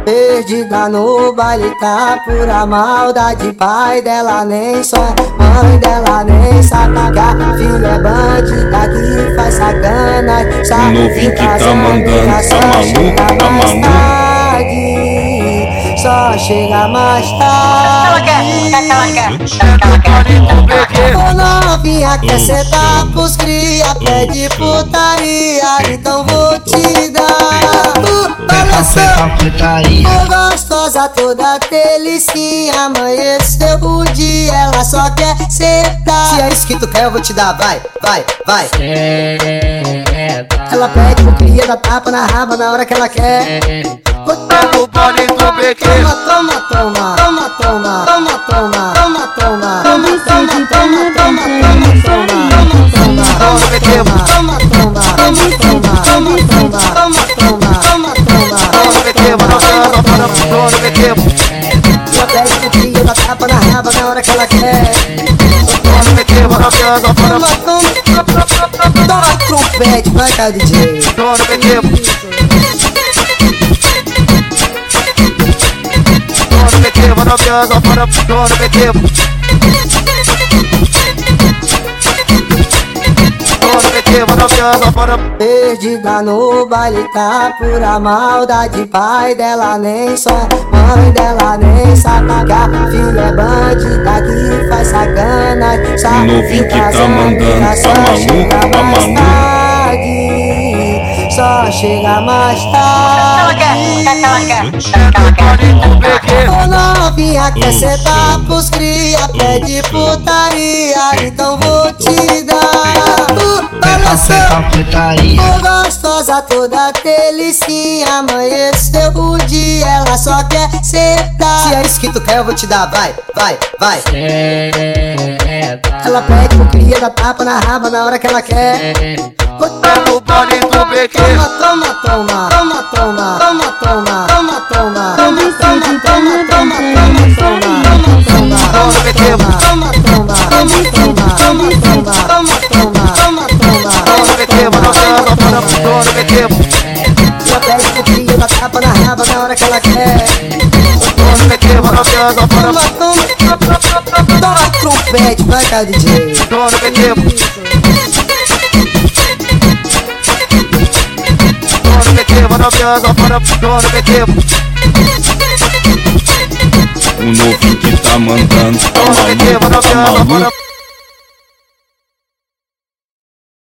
Perdida no baile, tá pura maldade. Pai dela nem som, mãe dela nem sabe pagar. Filho é bandida que faz sacanagem. O novinho que tá mandando, tá maluco, tá maluco. Só chega mais tarde. Ô novinha quer sentar pros cria, pede putaria, então vou te dar. Ô gostosa toda delicinha, amanheceu o dia, ela só quer sentar. Se é isso que tu quer eu vou te dar, vai, vai, vai. Ela pede pro cria, dá tapa na raba na hora que ela quer. Pega o pole do BQ. Toma, toma, toma, toma, toma, toma, toma, toma, toma, toma, toma, toma, toma, toma, ela pede pro cria, dá tapa na raba na hora que ela quer. Toma trompete, vai cá DJ. Perdida no baile, tá pura maldade. Pai dela nem som, mãe dela nem sabe pagar. Filho é bandida que faz sacanagem. O novinho que tá mandando, tá maluco, tá maluco. Só chega mais tarde. Ô novinha quer sentar pros cria, pede putaria, então vou te dar. Ô gostosa toda delicinha, amanheceu o dia, ela só quer sentar. Se é isso que tu quer eu vou te dar, vai, vai, vai. Ela pede pro cria, dá tapa na raba na hora que ela quer. Pega o pole do BQ. Toma, toma, toma, toma, toma, toma, toma, toma, toma, toma, toma, toma, toma, ela pede pro cria, dá tapa na raba na hora que ela quer. Toma trompete, vai cá DJ. O novinho que tá mandando, tá maluco, tá maluco.